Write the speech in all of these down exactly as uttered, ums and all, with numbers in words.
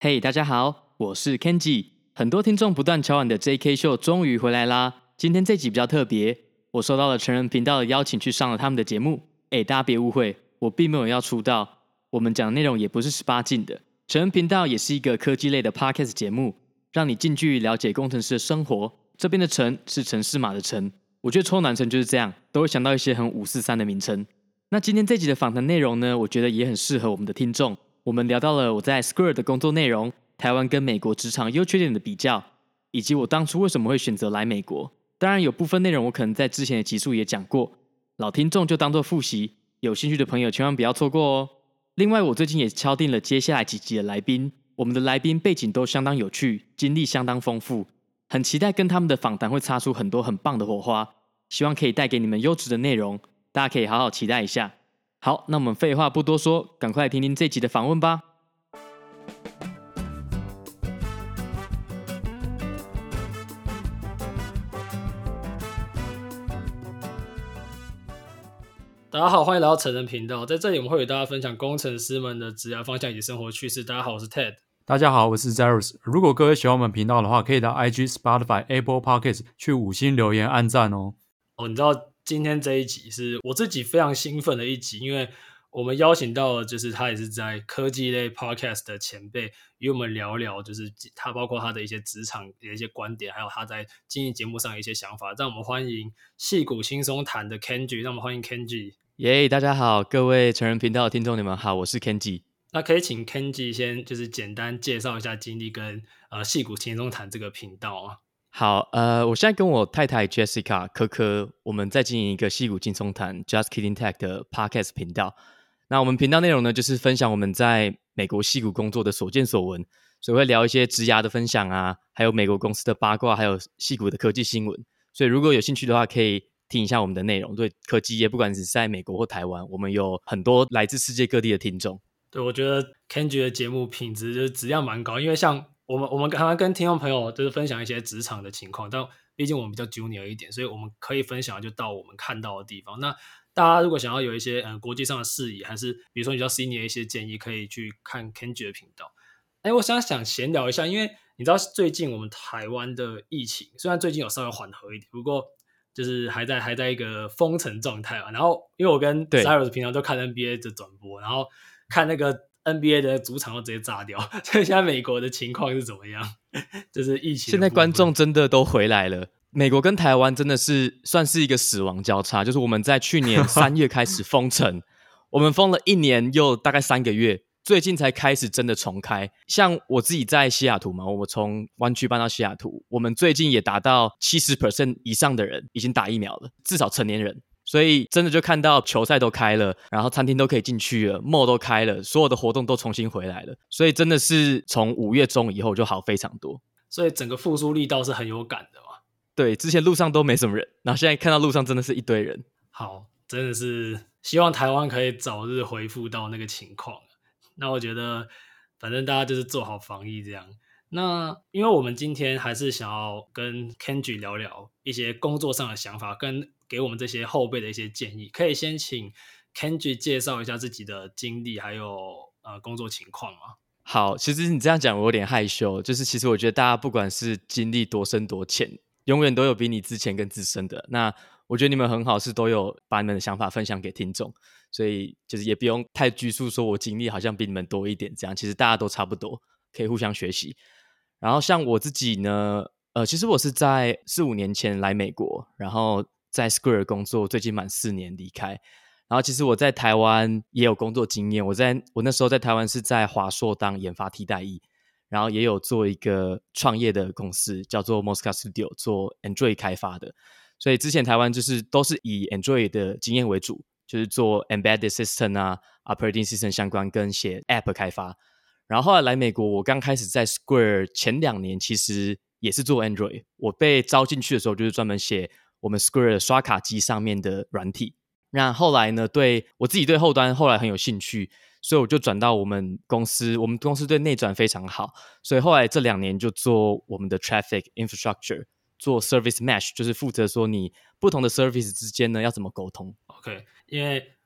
嘿、hey, 大家好，我是 Kenji。很多听众不断敲碗的 J K 秀终于回来啦！今天这集比较特别，我收到了成人频道的邀请去上了他们的节目。哎，大家别误会，我并没有要出道，我们讲的内容也不是十八禁的。成人频道也是一个科技类的 podcast 节目，让你近距离了解工程师的生活。这边的城是城市码的城，我觉得臭男生就是这样，都会想到一些很五四三的名称。那今天这集的访谈内容呢，我觉得也很适合我们的听众。我们聊到了我在 Square 的工作内容，台湾跟美国职场优缺点的比较，以及我当初为什么会选择来美国。当然有部分内容我可能在之前的集数也讲过，老听众就当作复习，有兴趣的朋友千万不要错过哦。另外我最近也敲定了接下来几集的来宾，我们的来宾背景都相当有趣，经历相当丰富，很期待跟他们的访谈会擦出很多很棒的火花，希望可以带给你们优质的内容，大家可以好好期待一下。好，那我们废话不多说，赶快来听听这集的访问吧。 大家好，欢迎来到成人频道，在这里我们会与大家分享工程师们的职业方向以及生活趣事。大家好，我是 Ted。 大家好，我是 Zeros。如果各位喜欢我们频道的话，可以到 I G、Spotify、Apple Podcasts 去五星留言按赞哦。 哦，你知道今天这一集是我自己非常兴奋的一集，因为我们邀请到的就是他也是在科技类 podcast 的前辈，与我们聊聊，就是他包括他的一些职场的一些观点，还有他在经营节目上的一些想法。让我们欢迎矽谷轻松谈的 Kenji， 让我们欢迎 Kenji。 耶、yeah, 大家好，各位成人频道的听众你们好，我是 Kenji。 那可以请 Kenji 先就是简单介绍一下经历跟呃矽谷轻松谈这个频道吗？ 好，呃，我现在跟我太太 Jessica 科科，我们在经营一个矽谷轻松谈 Just Kidding Tech 的 podcast 频道。那我们频道内容呢，就是分享我们在美国矽谷工作的所见所闻，所以会聊一些职涯的分享啊，还有美国公司的八卦，还有矽谷的科技新闻。所以如果有兴趣的话，可以听一下我们的内容。对科技业，不管是在美国或台湾，我们有很多来自世界各地的听众。 对，我觉得 Kenji 的节目品质就是质量蛮高，因为像我们我们刚刚跟听众朋友就是分享一些职场的情况，但毕竟我们比较 junior 一点，所以我们可以分享就到我们看到的地方。那大家如果想要有一些呃国际上的视野，还是比如说你比较 senior 一些建议，可以去看 Kenji 的频道。哎，我想想闲聊一下，因为你知道最近我们台湾的疫情虽然最近有稍微缓和一点，不过就是还在还在一个封城状态嘛。然后因为我跟 Cyrus 平常都看 N B A 的转播，然后看那个 N B A 的主场都直接炸掉，所以现在美国的情况是怎么样？就是疫情。 现在观众真的都回来了。美国跟台湾真的是算是一个死亡交叉，就是我们在去年三月开始封城，我们封了一年又大概三个月，最近才开始真的重开。像我自己在西雅图嘛，我从湾区搬到西雅图，我们最近也达到 百分之七十 以上的人已经打疫苗了，至少成年人。所以真的就看到球赛都开了，然后餐厅都可以进去了， mall 都开了，所有的活动都重新回来了。所以真的是从五月中以后就好非常多。 所以整个复苏力道是很有感的嘛。 对，之前路上都没什么人，然后现在看到路上真的是一堆人。 好，真的是希望台湾可以早日恢复到那个情况。那我觉得反正大家就是做好防疫这样。那因为我们今天还是想要跟 Kenji 聊聊一些工作上的想法，跟给我们这些后辈的一些建议。可以先请 Kenji 介绍一下自己的经历还有呃工作情况吗？ 好，其实你这样讲我有点害羞，就是其实我觉得大家不管是经历多深多浅，永远都有比你之前更资深的。那我觉得你们很好，是都有把你们的想法分享给听众，所以就是也不用太拘束说我经历好像比你们多一点这样，其实大家都差不多，可以互相学习。然后像我自己呢，呃，其实我是在四五年前来美国，然后在 Square 工作，最近满四年离开。然后其实我在台湾也有工作经验，我在我那时候在台湾是在华硕当研发替代役，然后也有做一个创业的公司叫做 Mosca Studio， 做 Android 开发的。所以之前台湾就是都是以 Android 的经验为主，就是做 Embedded System 啊 Operating System 相关跟写 App 开发。然后后来来美国，我刚开始在 Square 前两年其实也是做 Android， 我被招进去的时候就是专门写我们 Square 刷卡机上面的软体。那后来呢，对我自己对后端后来很有兴趣，所以我就转到我们公司，我们公司对内转非常好，所以后来这两年就做我们的 Traffic Infrastructure， 做 Service Mesh， 就是负责说你不同的 Service 之间呢要怎么沟通。 OK， 因为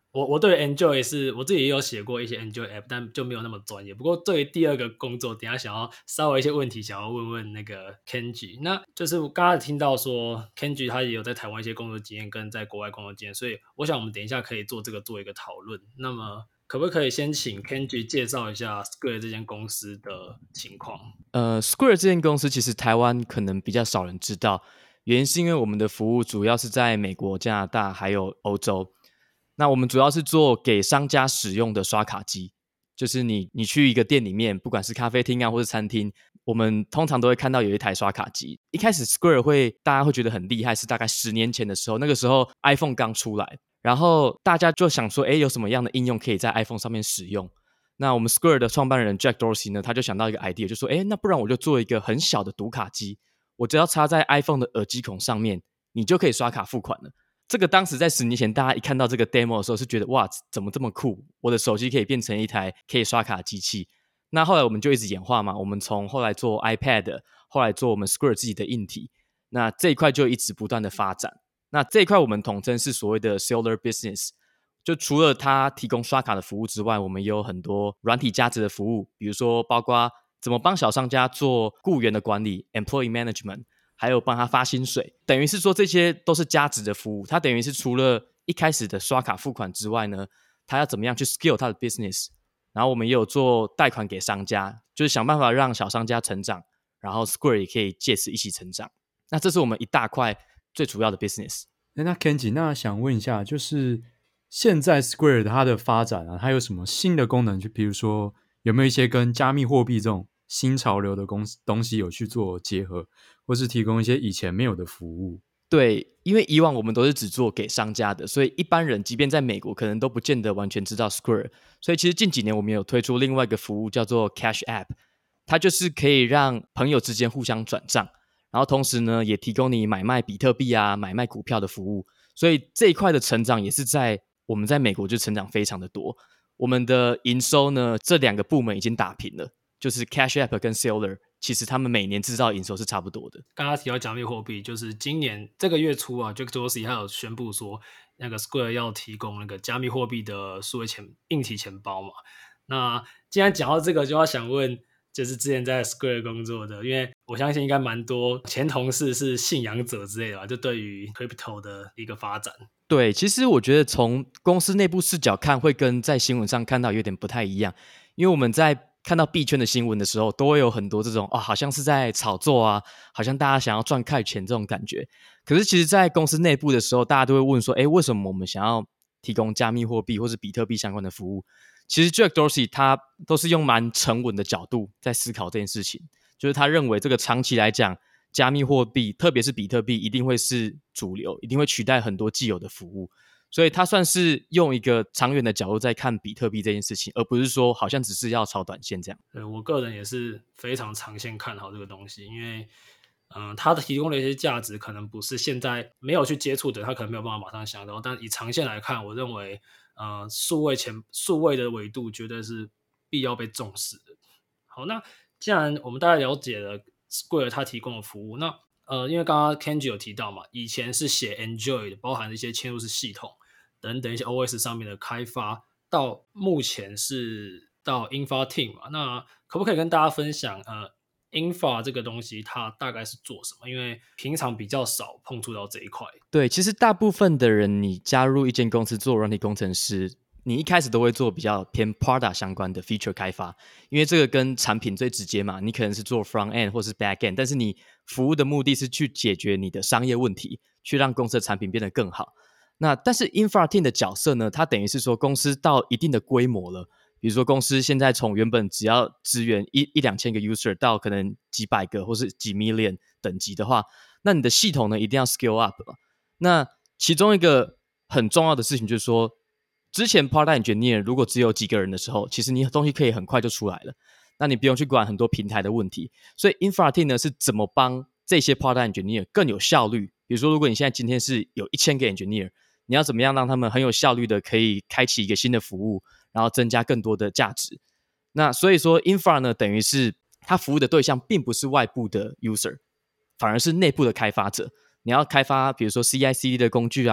我我对 Enjoy 是我自己也有写过一些 Enjoy app， 但就没有那么专业。不过对于第二个工作，等一下想要稍微一些问题想要问问那个 Kenji。那就是我刚才听到说 Kenji 他也有在台湾一些工作经验跟在国外工作经验，所以我想我们等一下可以做这个做一个讨论。那么可不可以先请 Kenji 介绍一下 Square 这间公司的情况？ 呃 ，Square 这间公司其实台湾可能比较少人知道，原因是因为我们的服务主要是在美国、加拿大还有欧洲。那我们主要是做给商家使用的刷卡机，就是你你去一个店里面，不管是咖啡厅啊或是餐厅，我们通常都会看到有一台刷卡机。一开始 Square 会大家会觉得很厉害，是大概十年前的时候，那个时候 iPhone 刚出来，然后大家就想说，诶，有什么样的应用可以在 iPhone 上面使用？那我们 Square 的创办人 Jack Dorsey 呢，他就想到一个 idea， 就说，诶，那不然我就做一个很小的读卡机，我只要插在 iPhone 的耳机孔上面，你就可以刷卡付款了。这个当时在十年前，大家一看到这个 demo 的时候，是觉得哇，怎么这么酷？我的手机可以变成一台可以刷卡的机器。那后来我们就一直演化嘛，我们从后来做 iPad， 后来做我们 Square 自己的硬体，那这一块就一直不断的发展。那这一块我们统称是所谓的 Seller Business。就除了它提供刷卡的服务之外，我们也有很多软体价值的服务，比如说包括怎么帮小商家做雇员的管理 Employee Management， 还有帮他发薪水，等于是说这些都是价值的服务。它等于是除了一开始的刷卡付款之外呢，它要怎么样去 scale 它的 business。 然后我们也有做贷款给商家，就是想办法让小商家成长，然后 Square 也可以借此一起成长。那这是我们一大块最主要的 business。 那 Kenji， 那想问一下，就是现在 Square 它的发展啊，它有什么新的功能？就比如说有没有一些跟加密货币这种新潮流的东西有去做结合，或是提供一些以前没有的服务？ 对，因为以往我们都是只做给商家的，所以一般人即便在美国可能都不见得完全知道 Square。 所以其实近几年我们有推出另外一个服务叫做 Cash App， 它就是可以让朋友之间互相转账，然后同时呢也提供你买卖比特币啊、买卖股票的服务。所以这一块的成长也是在我们在美国就成长非常的多。我们的营收呢，这两个部门已经打平了，就是 Cash App 跟 Seller， 其实他们每年制造营收是差不多的。 刚刚提到加密货币，就是今年这个月初啊 Jack Dorsey 他有宣布说那个 Square 要提供那个加密货币的数位钱硬体钱包嘛。那既然讲到这个，就要想问就是之前在 Square 工作的，因为我相信应该蛮多前同事是信仰者之类的吧，就对于 Crypto 的一个发展。 对，其实我觉得从公司内部视角看，会跟在新闻上看到有点不太一样。因为我们在看到币圈的新闻的时候，都会有很多这种哦，好像是在炒作啊，好像大家想要赚快钱这种感觉。可是其实在公司内部的时候，大家都会问说，诶，为什么我们想要提供加密货币或是比特币相关的服务？其实 Jack Dorsey 他都是用蛮沉稳的角度在思考这件事情，就是他认为这个长期来讲，加密货币特别是比特币一定会是主流，一定会取代很多既有的服务。所以他算是用一个长远的角度在看比特币这件事情，而不是说好像只是要炒短线这样。 对，我个人也是非常长线看好这个东西，因为嗯，它提供的一些价值可能不是现在没有去接触的，他可能没有办法马上想到，但以长线来看，我认为呃，数位前数位的维度绝对是必要被重视的。好，那既然我们大概了解了 Square 它提供的服务，那呃，因为刚刚 Kenji 有提到嘛，以前是写 Enjoy 的，包含一些嵌入式系统等等一些 O S 上面的开发，到目前是到 Infra Team 嘛，那可不可以跟大家分享呃 Infra 这个东西它大概是做什么？因为平常比较少碰触到这一块。 对，其实大部分的人，你加入一间公司做软体工程师，你一开始都会做比较偏 product 相关的 feature 开发，因为这个跟产品最直接嘛。你可能是做 front end 或是 back end， 但是你服务的目的是去解决你的商业问题，去让公司的产品变得更好。那但是 infra team 的角色呢，它等于是说公司到一定的规模了，比如说公司现在从原本只要支援一一两千个 user 到可能几百个或是几 million 等级的话，那你的系统呢一定要 scale up 了。那其中一个很重要的事情就是说，之前 product engineer 如果只有几个人的时候，其实你的东西可以很快就出来了，那你不用去管很多平台的问题。所以 infra team 呢是怎么帮这些 product engineer 更有效率？比如说如果你现在今天是有一千个 engineer， 你要怎么样让他们很有效率的可以开启一个新的服务，然后增加更多的价值。那所以说 infra 呢等于是它服务的对象并不是外部的 user， 反而是内部的开发者。你要开发比如说 C I C D 的工具啊，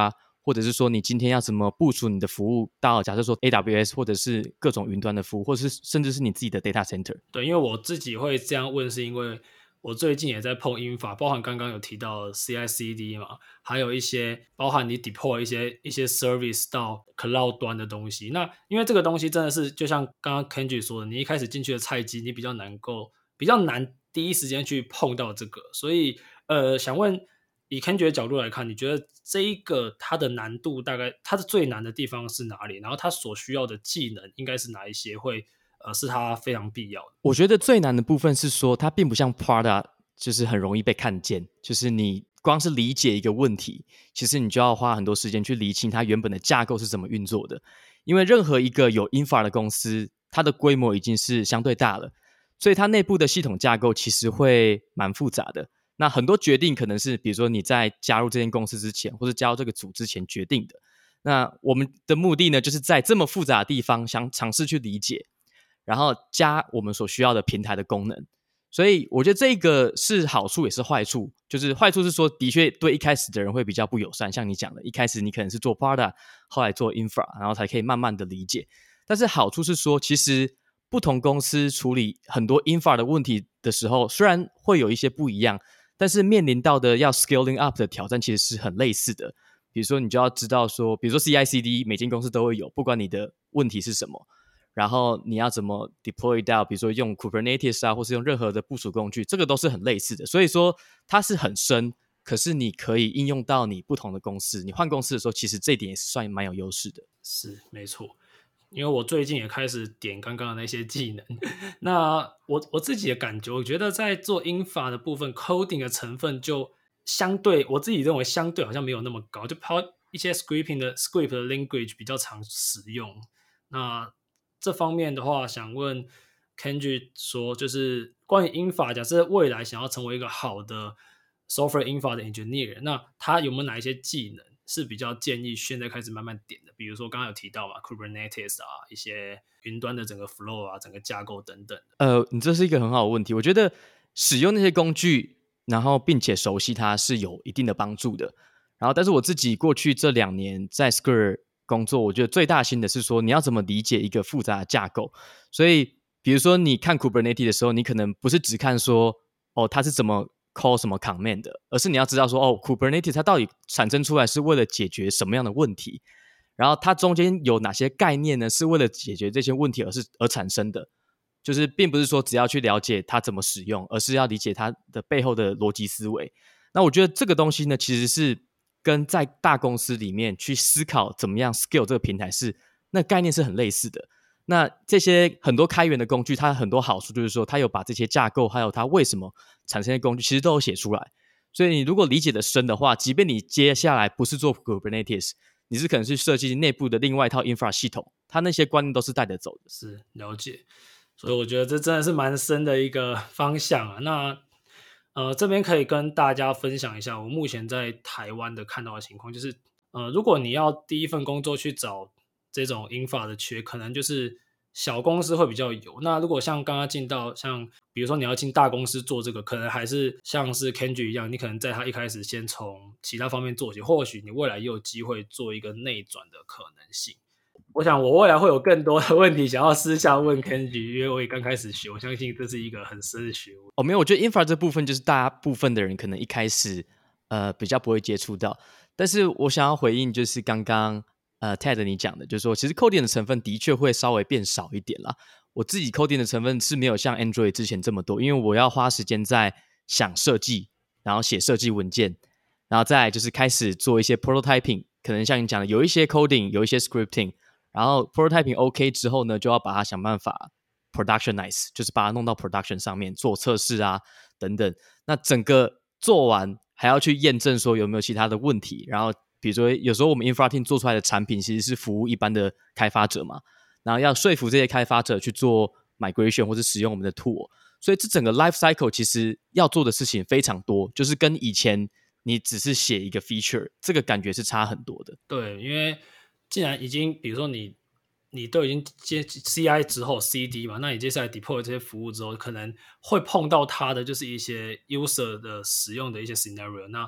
或者是说你今天要怎么部署你的服务到假设说 A W S 或者是各种云端的服务，或者是甚至是你自己的 data center。 对，因为我自己会这样问是因为我最近也在碰英法，包含刚刚有提到的 C I C D 嘛，还有一些包含你 deploy 一些一些 service 到 cloud 端的东西。那因为这个东西真的是就像刚刚 Kenji 说的，你一开始进去的菜鸡，你比较难够比较难第一时间去碰到这个，所以呃，想问以 Kenji 的角度来看，你觉得这一个它的难度大概它的最难的地方是哪里？然后它所需要的技能应该是哪一些会呃是它非常必要的？ 我觉得最难的部分是说它并不像 Prada 就是很容易被看见，就是你光是理解一个问题，其实你就要花很多时间去理清它原本的架构是怎么运作的。因为任何一个有 infra 的公司，它的规模已经是相对大了，所以它内部的系统架构其实会蛮复杂的。那很多决定可能是比如说你在加入这间公司之前，或者加入这个组之前决定的。那我们的目的呢，就是在这么复杂的地方想尝试去理解，然后加我们所需要的平台的功能。所以我觉得这个是好处也是坏处，就是坏处是说的确对一开始的人会比较不友善，像你讲的一开始你可能是做 Prada 后来做 Infra， 然后才可以慢慢的理解。但是好处是说其实不同公司处理很多 Infra 的问题的时候，虽然会有一些不一样，但是面临到的要 scaling up 的挑战其实是很类似的。比如说你就要知道说，比如说 C I C D 每间公司都会有，不管你的问题是什么，然后你要怎么 deploy 到比如说用 Kubernetes 啊，或是用任何的部署工具，这个都是很类似的。所以说它是很深，可是你可以应用到你不同的公司，你换公司的时候其实这一点也是算蛮有优势的。 是没错，因为我最近也开始点刚刚的那些技能那我我自己的感觉，我觉得在做 infra 的部分 coding 的成分就相对我自己认为相对好像没有那么高，就抛一些 scripting 的 script 的 language 比较常使用。那这方面的话想问 Kenji 说，就是关于 infra， 假设未来想要成为一个好的 software infra 的 engineer， 那他有没有哪一些技能是比较建议现在开始慢慢点的？比如说刚刚有提到嘛 Kubernetes 啊，一些云端的整个 flow 啊，整个架构等等。 呃，你这是一个很好的问题。我觉得使用那些工具，然后并且熟悉它是有一定的帮助的。然后，但是我自己过去这两年在 Square 工作，我觉得最大心的是说，你要怎么理解一个复杂的架构。所以，比如说你看 Kubernetes 的时候，你可能不是只看说，哦，它是怎么 call 什么 command 的，而是你要知道说，哦 ，Kubernetes 它到底产生出来是为了解决什么样的问题。然后它中间有哪些概念呢？是为了解决这些问题而是而产生的，就是并不是说只要去了解它怎么使用，而是要理解它的背后的逻辑思维。那我觉得这个东西呢，其实是跟在大公司里面去思考怎么样 scale 这个平台是那概念是很类似的。那这些很多开源的工具，它很多好处就是说，它有把这些架构还有它为什么产生的工具，其实都有写出来。所以你如果理解的深的话，即便你接下来不是做 Kubernetes，你是可能去设计内部的另外一套 infra 系统，它那些观念都是带得走的。 是了解，所以我觉得这真的是蛮深的一个方向啊。那呃，这边可以跟大家分享一下我目前在台湾的看到的情况，就是呃，如果你要第一份工作去找这种 infra 的缺，可能就是小公司会比较有。那如果像刚刚进到像比如说你要进大公司做这个，可能还是像是 Kenji 一样，你可能在他一开始先从其他方面做起，或许你未来也有机会做一个内转的可能性。我想我未来会有更多的问题想要私下问 Kenji， 因为我也刚开始学，我相信这是一个很深的学问。 哦，没有，我觉得 infra 这部分就是大部分的人可能一开始呃比较不会接触到，但是我想要回应就是刚刚呃 Ted 你讲的，就是说其实 coding 的成分的确会稍微变少一点啦。我自己 coding 的成分是没有像 Android 之前这么多，因为我要花时间在想设计，然后写设计文件，然后再来就是开始做一些 prototyping， 可能像你讲的有一些 coding， 有一些 scripting， 然后 prototyping OK 之后呢，就要把它想办法 productionize， 就是把它弄到 production 上面做测试啊等等。那整个做完还要去验证说有没有其他的问题，然后比如说有时候我们 infra team 做出来的产品其实是服务一般的开发者嘛，然后要说服这些开发者去做 migration 或是使用我们的 tool， 所以这整个 life cycle 其实要做的事情非常多，就是跟以前你只是写一个 feature 这个感觉是差很多的。 对，因为既然已经比如说你你都已经接 C I 之后 C D 嘛，那你接下来 deploy 这些服务之后，可能会碰到它的就是一些 user 的使用的一些 scenario。那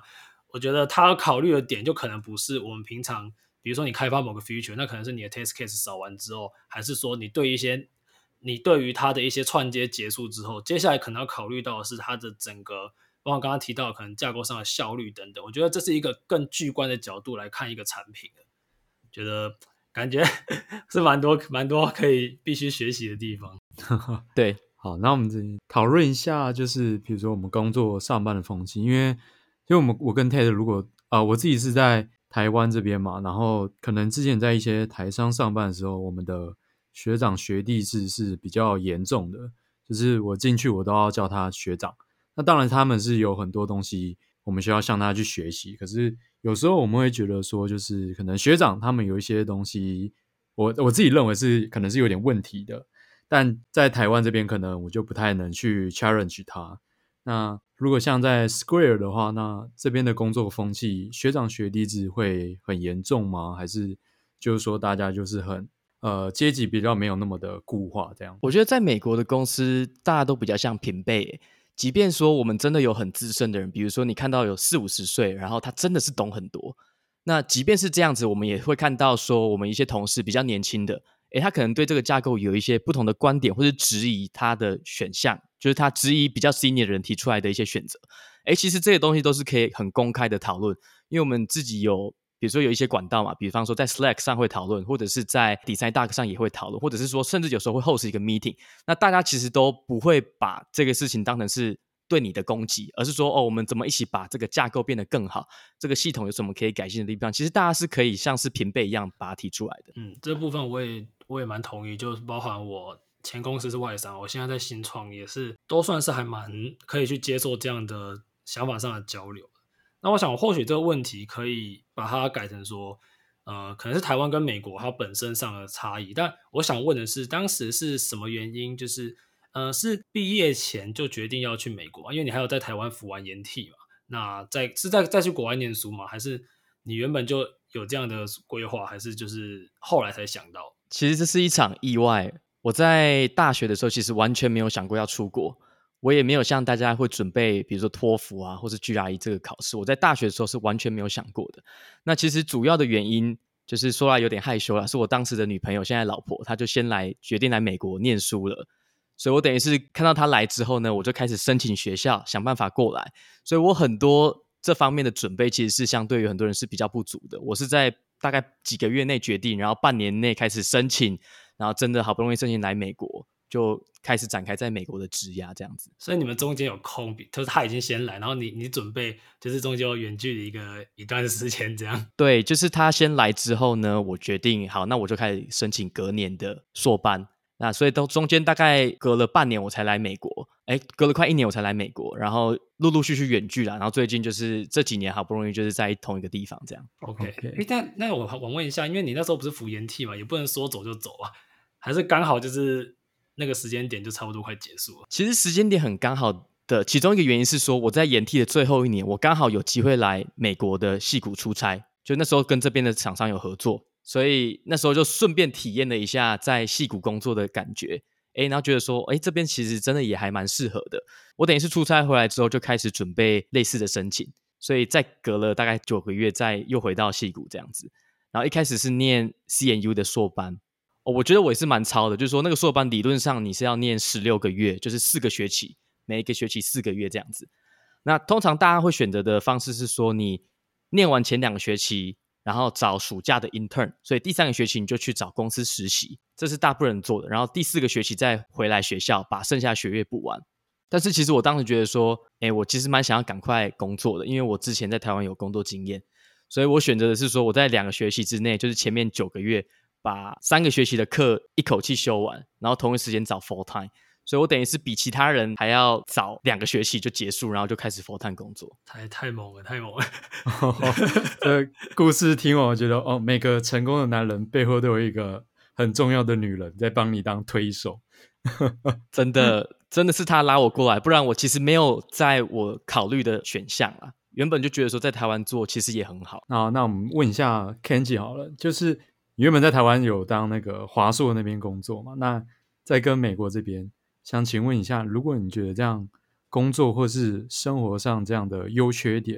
我觉得他要考虑的点就可能不是我们平常，比如说你开发某个 feature， 那可能是你的 test case 扫完之后，还是说你对一些你对于它的一些串接结束之后，接下来可能要考虑到的是它的整个，包括刚刚提到可能架构上的效率等等。我觉得这是一个更巨观的角度来看一个产品的，觉得感觉是蛮多蛮多可以必须学习的地方。 对， 好，那我们这里讨论一下，就是比如说我们工作上班的风气，因为因为我们我跟 Ted 如果啊、呃，我自己是在台湾这边嘛，然后可能之前在一些台商上班的时候，我们的学长学弟制是比较严重的，就是我进去我都要叫他学长。那当然他们是有很多东西我们需要向他去学习，可是有时候我们会觉得说，就是可能学长他们有一些东西，我我自己认为是可能是有点问题的。但在台湾这边可能我就不太能去 challenge 他。那如果像在 Square 的话，那这边的工作风气学长学弟制会很严重吗？还是就是说大家就是很呃阶级比较没有那么的固化这样？ 我觉得在美国的公司大家都比较像平辈耶，即便说我们真的有很资深的人，比如说你看到有四五十岁，然后他真的是懂很多，那即便是这样子，我们也会看到说我们一些同事比较年轻的，诶，他可能对这个架构有一些不同的观点，或是质疑他的选项，就是他质疑比较 senior 的人提出来的一些选择。诶，其实这些东西都是可以很公开的讨论，因为我们自己有比如说有一些管道嘛，比方说在 Slack 上会讨论，或者是在 Design Doc 上也会讨论，或者是说甚至有时候会 host 一个 meeting， 那大家其实都不会把这个事情当成是对你的攻击，而是说哦，我们怎么一起把这个架构变得更好，这个系统有什么可以改进的地方，其实大家是可以像是平辈一样把它提出来的。 嗯，这部分我也我也蛮同意，就是包含我前公司是外商，我现在在新创也是都算是还蛮可以去接受这样的想法上的交流。那我想或许这个问题可以把它改成说呃，可能是台湾跟美国它本身上的差异，但我想问的是当时是什么原因，就是呃，是毕业前就决定要去美国，因为你还有在台湾服完研替嘛，那再是再再去国外念书吗？还是你原本就有这样的规划，还是就是后来才想到？ 其实这是一场意外，我在大学的时候其实完全没有想过要出国，我也没有像大家会准备比如说托福啊或是 G R E 这个考试，我在大学的时候是完全没有想过的。那其实主要的原因就是说来有点害羞啦，是我当时的女朋友现在老婆，她就先来决定来美国念书了，所以我等于是看到她来之后呢，我就开始申请学校，想办法过来，所以我很多这方面的准备其实是相对于很多人是比较不足的。我是在大概几个月内决定，然后半年内开始申请，然后真的好不容易申请来美国，就开始展开在美国的职涯这样子。 所以你们中间有空，就是他已经先来，然后你你准备就是中间有远距离一个一段时间这样。 对，就是他先来之后呢，我决定好，那我就开始申请隔年的硕班。那所以都中间大概隔了半年我才来美国，哎，隔了快一年我才来美国，然后陆陆续续远距啦，然后最近就是这几年好不容易就是在同一个地方这样。 OK， OK 哎，但那我我问一下，因为你那时候不是服研替嘛，也不能说走就走啊，还是刚好就是那个时间点就差不多快结束了。 其实时间点很刚好的，其中一个原因是说我在研替的最后一年，我刚好有机会来美国的矽谷出差，就那时候跟这边的厂商有合作，所以那时候就顺便体验了一下在矽谷工作的感觉。诶，然后觉得说，诶，这边其实真的也还蛮适合的。我等于是出差回来之后就开始准备类似的申请，所以再隔了大概九个月，再又回到矽谷这样子。然后一开始是念 C N U 的硕班，哦，我觉得我也是蛮超的，就是说那个硕班理论上你是要念十六个月，就是四个学期，每一个学期四个月这样子。那通常大家会选择的方式是说，你念完前两个学期，然后找暑假的 intern， 所以第三个学期你就去找公司实习，这是大部分人做的。然后第四个学期再回来学校，把剩下学业补完。但是其实我当时觉得说，诶，我其实蛮想要赶快工作的，因为我之前在台湾有工作经验，所以我选择的是说，我在两个学期之内，就是前面九个月，把三个学期的课一口气修完，然后同一时间找 full time。所以我等于是比其他人还要早两个学期就结束，然后就开始 full time 工作。 太太猛了，太猛了！ 这故事听完，我觉得哦，每个成功的男人背后都有一个很重要的女人在帮你当推手。 真的，真的是他拉我过来，不然我其实没有在我考虑的选项啦。原本就觉得说在台湾做其实也很好。 那那我们问一下 Kenji 好了，就是你原本在台湾有当那个华硕那边工作嘛？那在跟美国这边，想请问一下，如果你觉得这样工作或是生活上这样的优缺点，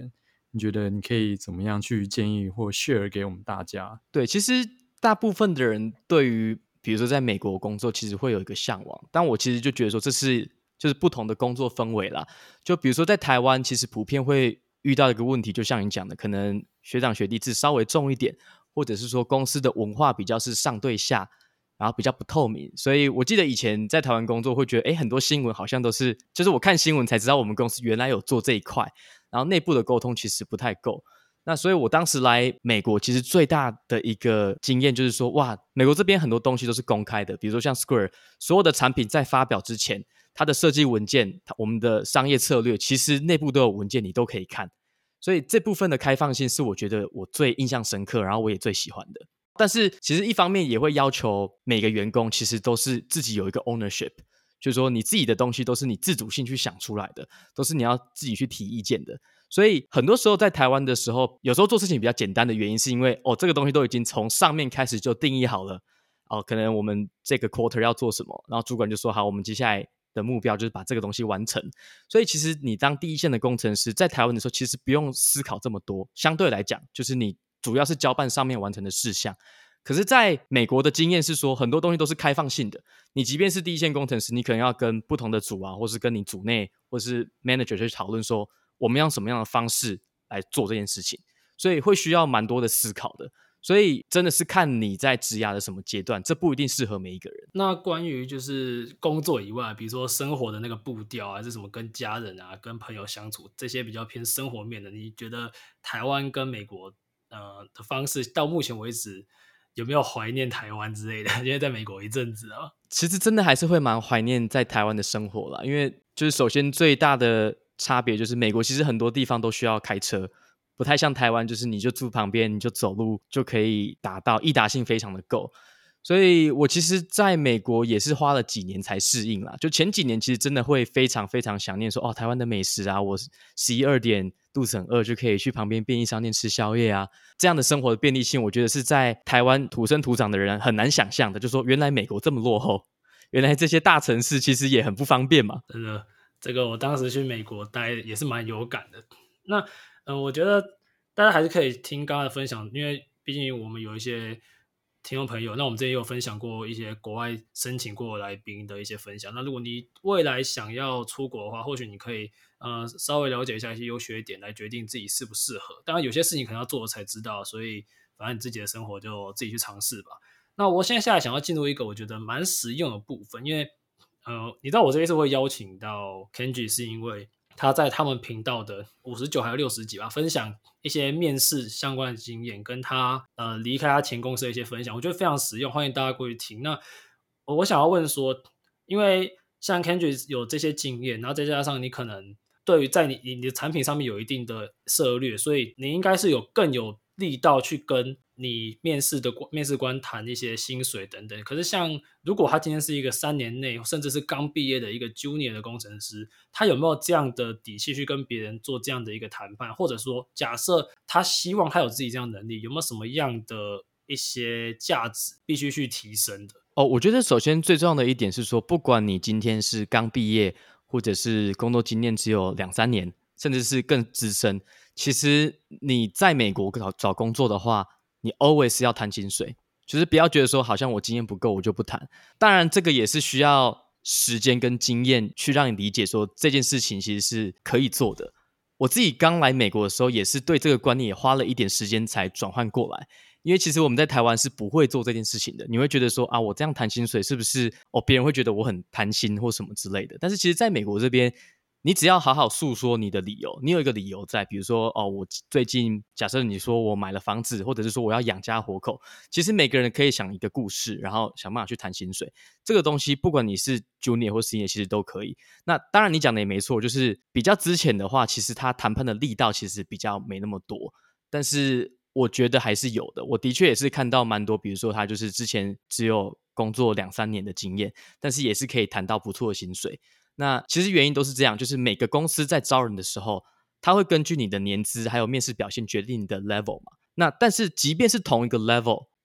你觉得你可以怎么样去建议或 share 给我们大家？ 对，其实大部分的人对于比如说在美国工作，其实会有一个向往，但我其实就觉得说这是就是不同的工作氛围啦。就比如说在台湾，其实普遍会遇到一个问题，就像你讲的，可能学长学弟制稍微重一点，或者是说公司的文化比较是上对下，然后比较不透明。所以我记得以前在台湾工作，会觉得哎，很多新闻好像都是，就是我看新闻才知道我们公司原来有做这一块，然后内部的沟通其实不太够。那所以我当时来美国，其实最大的一个经验就是说，哇，美国这边很多东西都是公开的，比如说像 Square 所有的产品在发表之前，它的设计文件，我们的商业策略，其实内部都有文件，你都可以看。所以这部分的开放性是我觉得我最印象深刻，然后我也最喜欢的。但是其实一方面也会要求每个员工其实都是自己有一个 ownership， 就是说你自己的东西都是你自主性去想出来的，都是你要自己去提意见的。所以很多时候在台湾的时候，有时候做事情比较简单的原因是因为哦，这个东西都已经从上面开始就定义好了哦，可能我们这个 quarter 要做什么，然后主管就说好，我们接下来的目标就是把这个东西完成。所以其实你当第一线的工程师在台湾的时候，其实不用思考这么多，相对来讲就是你主要是交办上面完成的事项。可是在美国的经验是说，很多东西都是开放性的，你即便是第一线工程师，你可能要跟不同的组啊，或是跟你组内或是 manager 去讨论说我们用什么样的方式来做这件事情，所以会需要蛮多的思考的。所以真的是看你在职涯的什么阶段，这不一定适合每一个人。 那关于就是工作以外，比如说生活的那个步调啊，还是什么跟家人啊、跟朋友相处这些比较偏生活面的，你觉得台湾跟美国呃的方式到目前为止有没有怀念台湾之类的？因为在美国一阵子啊， 其实真的还是会蛮怀念在台湾的生活啦，因为就是首先最大的差别就是美国其实很多地方都需要开车，不太像台湾，就是你就住旁边，你就走路就可以达到，易达性非常的够。所以我其实在美国也是花了几年才适应啦，就前几年其实真的会非常非常想念说哦，台湾的美食啊，我十一二点肚子很饿就可以去旁边便利商店吃宵夜啊，这样的生活的便利性，我觉得是在台湾土生土长的人很难想象的，就说原来美国这么落后，原来这些大城市其实也很不方便嘛。 真的，这个我当时去美国待也是蛮有感的。那嗯、呃，我觉得大家还是可以听刚刚的分享，因为毕竟我们有一些听众朋友，那我们之前也有分享过一些国外申请过来宾的一些分享。那如果你未来想要出国的话，或许你可以呃稍微了解一下一些优缺点，来决定自己适不适合。当然有些事情可能要做了才知道，所以反正你自己的生活就自己去尝试吧。那我现在下来想要进入一个我觉得蛮实用的部分，因为呃，你知道我这一次会邀请到 Kenji 是因为他在他们频道的五十九还有六十集吧，分享一些面试相关的经验，跟他呃离开他前公司的一些分享，我觉得非常实用，欢迎大家过去听。那我想要问说，因为像 Kenji 有这些经验，然后再加上你可能对于在你你的产品上面有一定的策略，所以你应该是有更有力道去跟你面试的面试官谈一些薪水等等。可是像如果他今天是一个三年内甚至是刚毕业的一个 junior 的工程师，他有没有这样的底气去跟别人做这样的一个谈判？或者说假设他希望他有自己这样的能力，有没有什么样的一些价值必须去提升的？ 哦，我觉得首先最重要的一点是说，不管你今天是刚毕业，或者是工作经验只有两三年，甚至是更资深，其实你在美国找找工作的话，你 always 要谈薪水，就是不要觉得说好像我经验不够我就不谈。当然这个也是需要时间跟经验去让你理解说这件事情其实是可以做的。我自己刚来美国的时候也是对这个观念也花了一点时间才转换过来，因为其实我们在台湾是不会做这件事情的，你会觉得说啊，我这样谈薪水是不是哦，别人会觉得我很贪心或什么之类的。但是其实在美国这边，你只要好好诉说你的理由，你有一个理由在，比如说哦，我最近假设你说我买了房子，或者是说我要养家活口，其实每个人可以想一个故事，然后想办法去谈薪水。这个东西不管你是 junior 或 senior 其实都可以。那当然你讲的也没错，就是比较之前的话，其实他谈判的力道其实比较没那么多，但是我觉得还是有的。我的确也是看到蛮多，比如说他就是之前只有工作两三年的经验，但是也是可以谈到不错的薪水。那其实原因都是这样，就是每个公司在招人的时候，他会根据你的年资还有面试表现决定你的 level 嘛。那但是即便是同一个 level，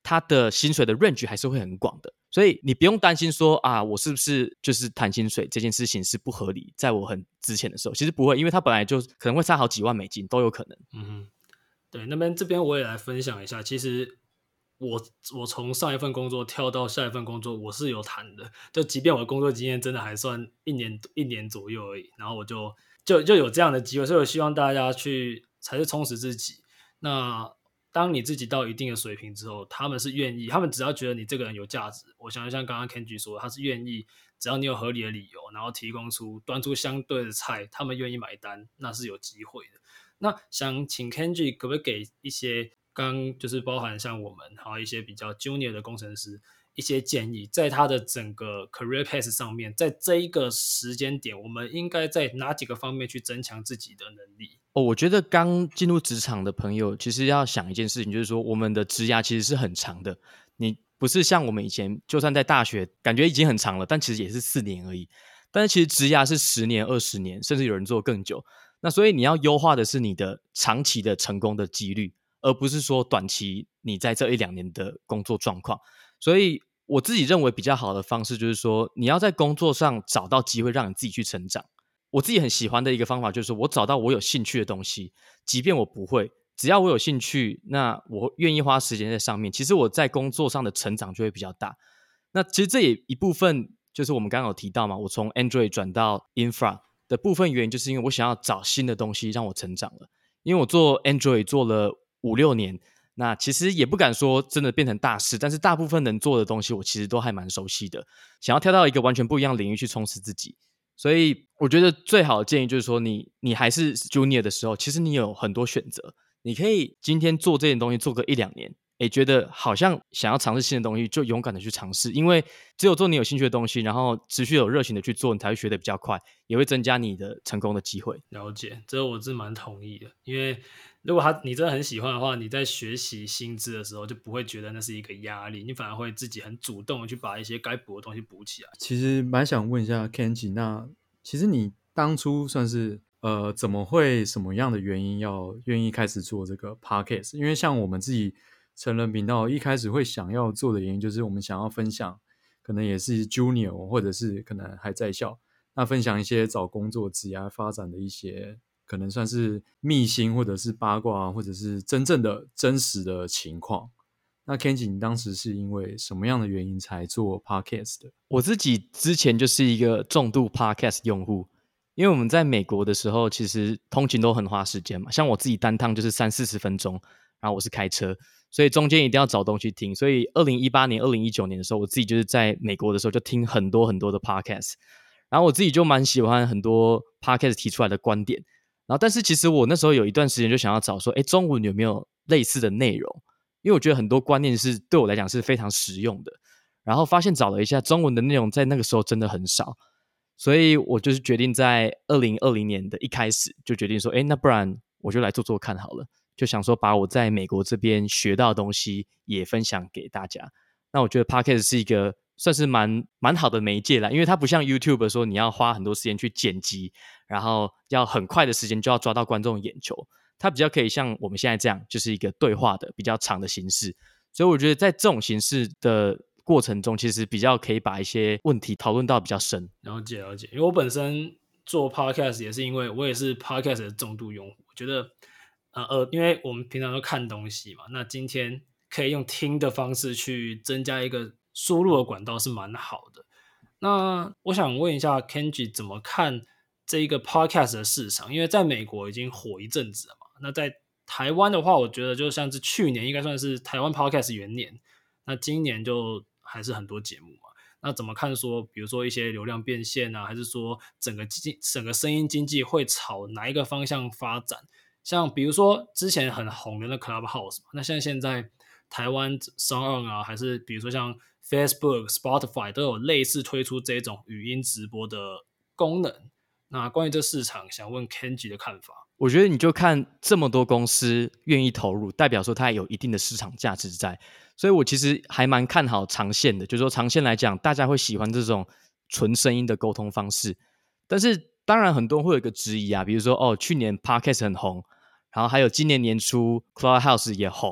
他的薪水的 range 还是会很广的，所以你不用担心说啊，我是不是就是谈薪水这件事情是不合理，在我很之前的时候，其实不会，因为他本来就可能会差好几万美金都有可能。 嗯哼，对，那边这边我也来分享一下，其实我我从上一份工作跳到下一份工作，我是有谈的，就即便我的工作经验真的还算一年一年左右而已，然后我就就就有这样的机会，所以我希望大家去才是充实自己。那当你自己到一定的水平之后，他们是愿意，他们只要觉得你这个人有价值，我想像刚刚 Kenji 说，他是愿意，只要你有合理的理由，然后提供出端出相对的菜，他们愿意买单，那是有机会的。那想请 Kenji 可不可以给一些刚就是包含像我们还有一些比较 junior 的工程师一些建议，在他的整个 career path 上面，在这一个时间点，我们应该在哪几个方面去增强自己的能力？ 哦，我觉得刚进入职场的朋友，其实要想一件事情，就是说我们的职涯其实是很长的。你不是像我们以前，就算在大学，感觉已经很长了，但其实也是四年而已。但是其实职涯是十年、二十年，甚至有人做更久。那所以你要优化的是你的长期的成功的几率，而不是说短期你在这一两年的工作状况。所以我自己认为比较好的方式就是说，你要在工作上找到机会让你自己去成长。我自己很喜欢的一个方法就是我找到我有兴趣的东西，即便我不会，只要我有兴趣，那我愿意花时间在上面，其实我在工作上的成长就会比较大。那其实这也一部分就是我们刚刚有提到嘛，我从 Android 转到 Infra 的部分原因就是因为我想要找新的东西让我成长了。因为我做 Android 做了五六年，那其实也不敢说真的变成大师，但是大部分能做的东西我其实都还蛮熟悉的，想要跳到一个完全不一样的领域去充实自己。所以我觉得最好的建议就是说你你还是 junior 的时候，其实你有很多选择，你可以今天做这件东西做个一两年，诶，觉得好像想要尝试新的东西，就勇敢的去尝试，因为只有做你有兴趣的东西，然后持续有热情的去做，你才会学得比较快，也会增加你的成功的机会。 了解，这我是蛮同意的，因为如果他你真的很喜欢的话，你在学习新知的时候就不会觉得那是一个压力，你反而会自己很主动的去把一些该补的东西补起来。 其实蛮想问一下 Kenji， 那其实你当初算是呃怎么会什么样的原因要愿意开始做这个 podcast？ 因为像我们自己成人频道一开始会想要做的原因，就是我们想要分享，可能也是 junior 或者是可能还在校，那分享一些找工作职业发展的一些可能算是秘辛或者是八卦或者是真正的真实的情况。那 Kenji 你当时是因为什么样的原因才做 podcast 的？ 我自己之前就是一个重度 podcast 用户，因为我们在美国的时候其实通勤都很花时间嘛，像我自己单趟就是三四十分钟，然后我是开车，所以中间一定要找东西听，所以二零一八年二零一九年的时候，我自己就是在美国的时候就听很多很多的 podcast， 然后我自己就蛮喜欢很多 podcast 提出来的观点，然后但是其实我那时候有一段时间就想要找说诶中文有没有类似的内容，因为我觉得很多观念是对我来讲是非常实用的，然后发现找了一下中文的内容在那个时候真的很少，所以我就是决定在二零二零年的一开始就决定说诶那不然我就来做做看好了，就想说把我在美国这边学到的东西也分享给大家。那我觉得 Podcast 是一个算是蛮蛮好的媒介啦，因为它不像 YouTube 说你要花很多时间去剪辑，然后要很快的时间就要抓到观众眼球，它比较可以像我们现在这样，就是一个对话的比较长的形式，所以我觉得在这种形式的过程中，其实比较可以把一些问题讨论到比较深。 了解了解，因为我本身做 podcast 也是因为我也是 podcast 的重度用户，我觉得呃呃，因为我们平常都看东西嘛，那今天可以用听的方式去增加一个输入的管道是蛮好的。那我想问一下 Kenji 怎么看这一个 podcast 的市场？因为在美国已经火一阵子了嘛，那在台湾的话，我觉得就像是去年应该算是台湾 podcast 元年，那今年就还是很多节目嘛。那怎么看说，比如说一些流量变现啊，还是说整个经整个声音经济会朝哪一个方向发展？像比如说之前很红的那 Clubhouse 嘛，那像现在台湾 SoundOn 啊，还是比如说像 Facebook、Spotify 都有类似推出这种语音直播的功能。那关于这市场，想问 Kenji 的看法。 我觉得你就看这么多公司愿意投入，代表说它有一定的市场价值在，所以我其实还蛮看好长线的，就是说长线来讲，大家会喜欢这种纯声音的沟通方式。但是当然很多人会有一个质疑啊，比如说哦，去年 Podcast 很红，然后还有今年年初 Clubhouse 也红，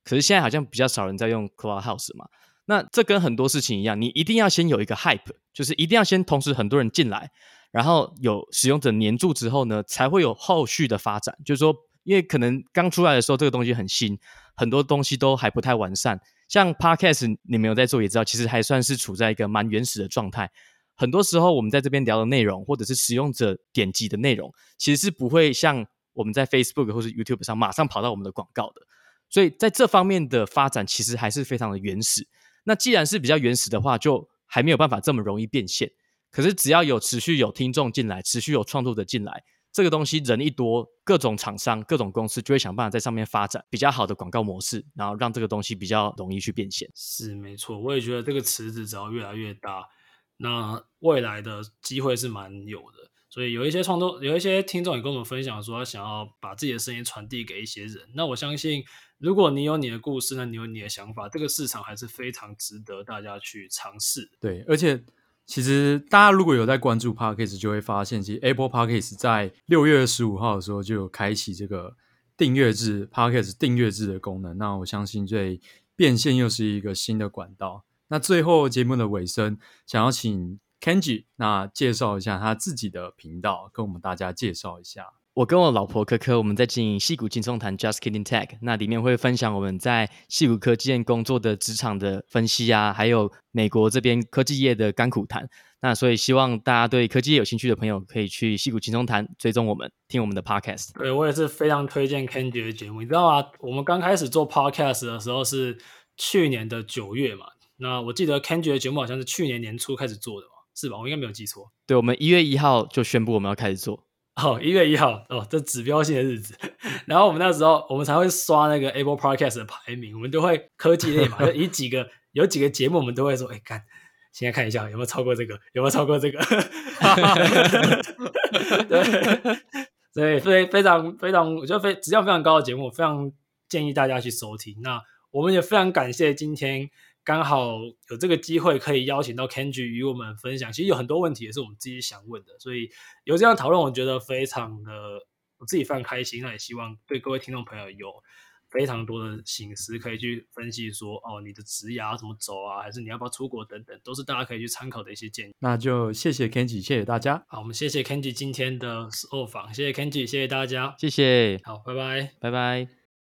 可是现在好像比较少人在用 Clubhouse 嘛。那这跟很多事情一样，你一定要先有一个 hype， 就是一定要先同时很多人进来，然后有使用者黏住之后呢，才会有后续的发展。就是说，因为可能刚出来的时候这个东西很新，很多东西都还不太完善。像 Podcast 你们有在做也知道，其实还算是处在一个蛮原始的状态。很多时候我们在这边聊的内容，或者是使用者点击的内容，其实是不会像我们在 Facebook 或是 YouTube 上马上跑到我们的广告的。所以在这方面的发展其实还是非常的原始。那既然是比较原始的话，就还没有办法这么容易变现。可是只要有持续有听众进来，持续有创作者进来，这个东西人一多，各种厂商各种公司就会想办法在上面发展比较好的广告模式，然后让这个东西比较容易去变现。 是没错，我也觉得这个池子只要越来越大，那未来的机会是蛮有的。所以有一些创作，有一些听众也跟我们分享说，他想要把自己的声音传递给一些人。那我相信，如果你有你的故事，那你有你的想法，这个市场还是非常值得大家去尝试。 对，而且其实大家如果有在关注 Podcast， 就会发现，其实 Apple Podcast 在六月十五号的时候就有开启这个订阅制 Podcast 订阅制的功能。那我相信对变现又是一个新的管道。那最后节目的尾声，想要请 Kenji 那介绍一下他自己的频道，跟我们大家介绍一下。 我跟我老婆科科，我们在经营矽谷轻松谈 Just Kidding Tech， 那里面会分享我们在矽谷科技业工作的职场的分析啊，还有美国这边科技业的甘苦谈。那所以希望大家对科技业有兴趣的朋友，可以去矽谷轻松谈追踪我们，听我们的 podcast。 对，我也是非常推荐 Kenji 的节目，你知道吗？我们刚开始做 podcast 的时候是去年的九月嘛，那我记得 Kenji 的节目好像是去年年初开始做的嘛，是吧？我应该没有记错。 对，我们一月一号就宣布我们要开始做。 哦，一月一号哦，这指标性的日子。然后我们那时候，我们才会刷那个 Apple Podcast 的排名，我们都会科技类嘛，就以几个有几个节目，我们都会说，哎，看，现在看一下有没有超过这个，有没有超过这个。对，所以非非常非常，我觉得非质量非常高的节目，非常建议大家去收听。那我们也非常感谢今天刚好有这个机会可以邀请到 Kenji 与我们分享，其实有很多问题也是我们自己想问的，所以有这样讨论我觉得非常的我自己非常开心，那也希望对各位听众朋友有非常多的省思可以去分析说，哦，你的职涯怎么走啊，还是你要不要出国等等，都是大家可以去参考的一些建议。 那就谢谢 Kenji， 谢谢大家。 好，我们谢谢 Kenji 今天的受访，谢谢 Kenji， 谢谢大家， 谢谢， 好，拜拜， 拜拜。